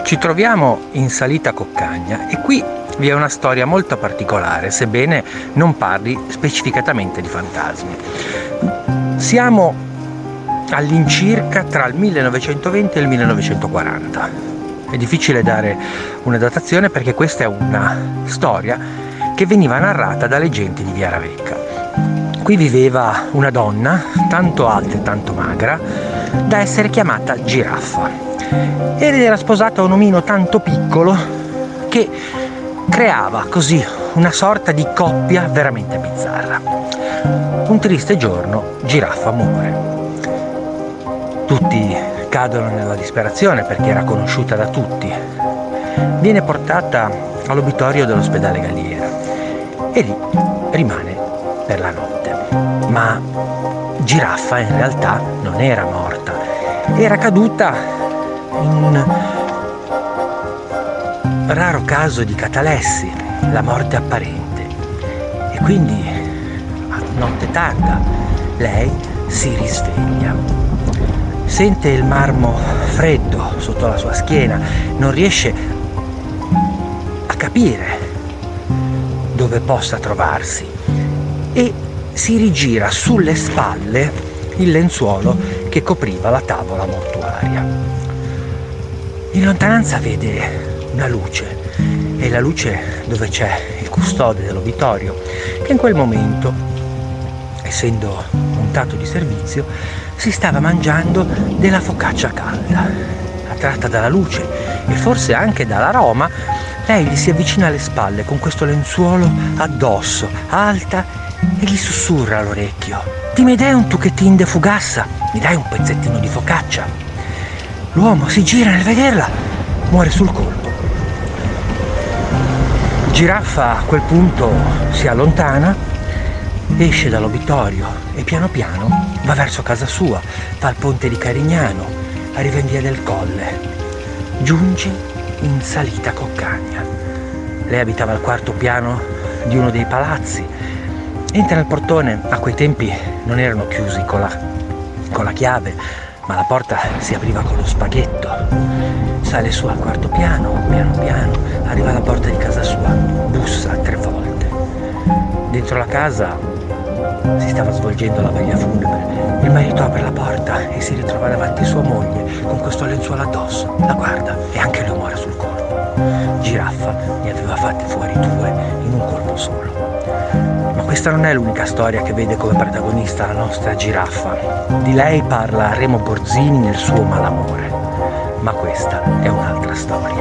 Ci troviamo in Salita Coccagna e qui vi è una storia molto particolare, sebbene non parli specificatamente di fantasmi. Siamo all'incirca tra il 1920 e il 1940. È difficile dare una datazione perché questa è una storia che veniva narrata dalle genti di Via Ravecca. Qui viveva una donna tanto alta e tanto magra da essere chiamata Giraffa. Ed era sposata a un omino tanto piccolo che creava così una sorta di coppia veramente bizzarra. Un triste giorno Giraffa muore. Tutti cadono nella disperazione perché era conosciuta da tutti. Viene portata all'obitorio dell'ospedale Galliera e lì rimane per la notte. Ma Giraffa in realtà non era morta, era caduta in un raro caso di catalessi, la morte apparente, e quindi a notte tarda lei si risveglia, sente il marmo freddo sotto la sua schiena, non riesce a capire dove possa trovarsi e si rigira sulle spalle il lenzuolo che copriva la tavola mortuaria. In lontananza vede una luce, è la luce dove c'è il custode dell'obitorio, che in quel momento, essendo montato di servizio, si stava mangiando della focaccia calda. Attratta dalla luce e forse anche dall'aroma, lei gli si avvicina alle spalle con questo lenzuolo addosso, alta, e gli sussurra all'orecchio: «Ti mi dai un tuchettin de fugassa? Mi dai un pezzettino di focaccia?» L'uomo si gira nel vederla, muore sul colpo. Giraffa a quel punto si allontana, esce dall'obitorio e piano piano va verso casa sua, va al ponte di Carignano, arriva in via del Colle, giunge in Salita Coccagna. Lei abitava al quarto piano di uno dei palazzi, entra nel portone, a quei tempi non erano chiusi con la chiave, ma la porta si apriva con lo spaghetto. Sale su al quarto piano, piano piano, arriva alla porta di casa sua, bussa 3 volte. Dentro la casa si stava svolgendo la veglia funebre. Il marito apre la porta e si ritrova davanti sua moglie con questo lenzuolo addosso. La guarda e anche lui muore sul colpo. Giraffa ne aveva fatte fuori 2 in un colpo solo. Ma questa non è l'unica storia che vede come protagonista la nostra Giraffa. Di lei parla Remo Borzini nel suo Malamore. Ma questa è un'altra storia.